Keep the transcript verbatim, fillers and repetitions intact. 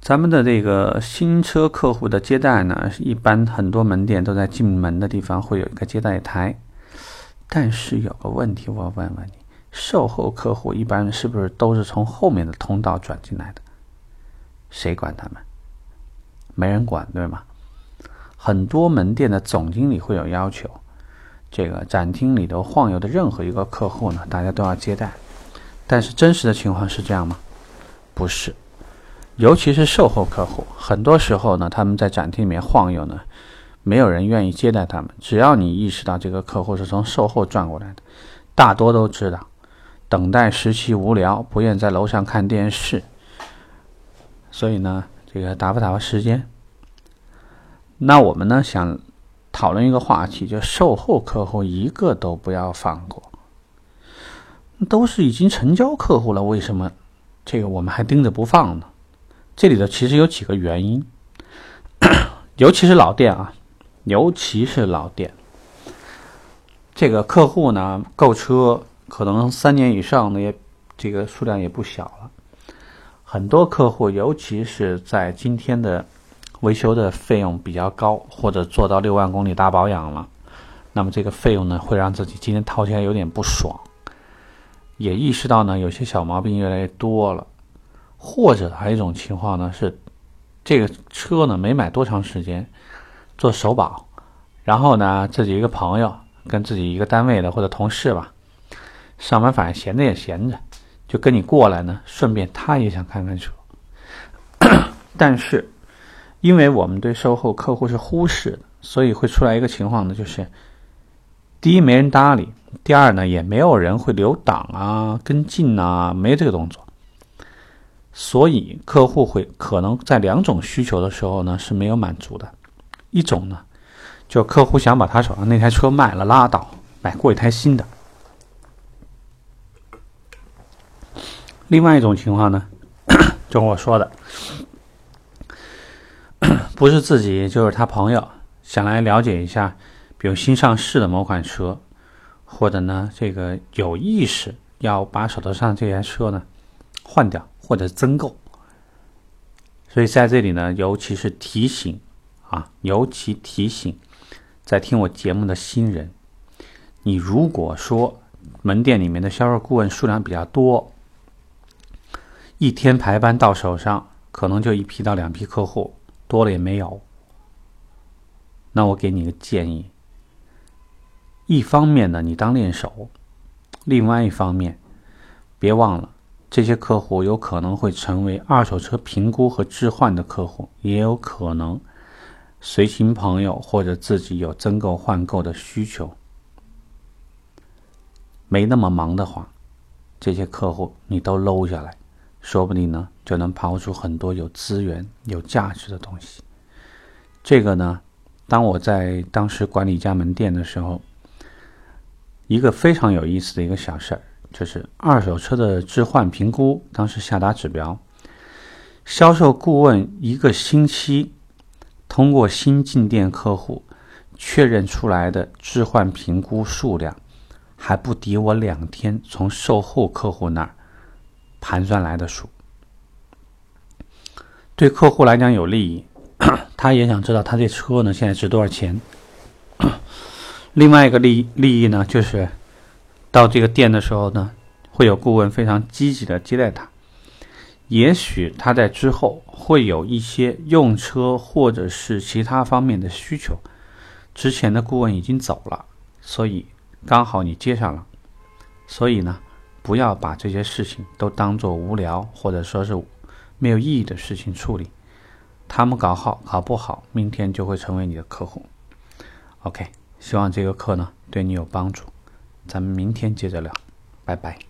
咱们的这个新车客户的接待呢，一般很多门店都在进门的地方会有一个接待台，但是有个问题，我问问你，售后客户一般是不是都是从后面的通道转进来的？谁管他们？没人管，对吗？很多门店的总经理会有要求，这个展厅里头晃悠的任何一个客户呢，大家都要接待。但是真实的情况是这样吗？不是。尤其是售后客户，很多时候呢，他们在展厅里面晃悠呢，没有人愿意接待他们。只要你意识到这个客户是从售后转过来的，大多都知道，等待时期无聊，不愿在楼上看电视，所以呢，这个打发打发时间。那我们呢，想讨论一个话题，就售后客户一个都不要放过。都是已经成交客户了，为什么这个我们还盯着不放呢？这里的其实有几个原因，尤其是老店啊，尤其是老店，这个客户呢购车可能三年以上的也这个数量也不小了。很多客户尤其是在今天的维修的费用比较高，或者做到六万公里大保养了，那么这个费用呢会让自己今天掏起来有点不爽，也意识到呢有些小毛病越来越多了。或者还有一种情况呢是，这个车呢没买多长时间做首保，然后呢自己一个朋友跟自己一个单位的或者同事吧，上班反正闲着也闲着，就跟你过来呢，顺便他也想看看车。但是因为我们对售后客户是忽视的，所以会出来一个情况呢，就是第一没人搭理，第二呢也没有人会留档啊跟进啊，没这个动作。所以客户会可能在两种需求的时候呢是没有满足的。一种呢，就客户想把他手上那台车卖了拉倒，买过一台新的。另外一种情况呢，就我说的，不是自己就是他朋友想来了解一下，比如新上市的某款车，或者呢这个有意识要把手头上这台车呢换掉或者增购。所以在这里呢，尤其是提醒啊，尤其提醒在听我节目的新人，你如果说门店里面的销售顾问数量比较多，一天排班到手上可能就一批到两批客户，多了也没有。那我给你一个建议，一方面呢你当练手，另外一方面别忘了这些客户有可能会成为二手车评估和置换的客户，也有可能随行朋友或者自己有增购换购的需求。没那么忙的话，这些客户你都搂下来，说不定呢就能刨出很多有资源有价值的东西。这个呢，当我在当时管理一家门店的时候，一个非常有意思的一个小事儿，就是二手车的置换评估，当时下达指标，销售顾问一个星期通过新进店客户确认出来的置换评估数量，还不敌我两天从售后客户那儿盘算来的数。对客户来讲有利益，他也想知道他这车呢现在值多少钱。另外一个利利益呢，就是到这个店的时候呢，会有顾问非常积极的接待他。也许他在之后会有一些用车或者是其他方面的需求，之前的顾问已经走了，所以刚好你接上了。所以呢，不要把这些事情都当作无聊或者说是没有意义的事情处理。他们搞好搞不好，明天就会成为你的客户。 OK， 希望这个课呢对你有帮助，咱们明天接着聊，拜拜。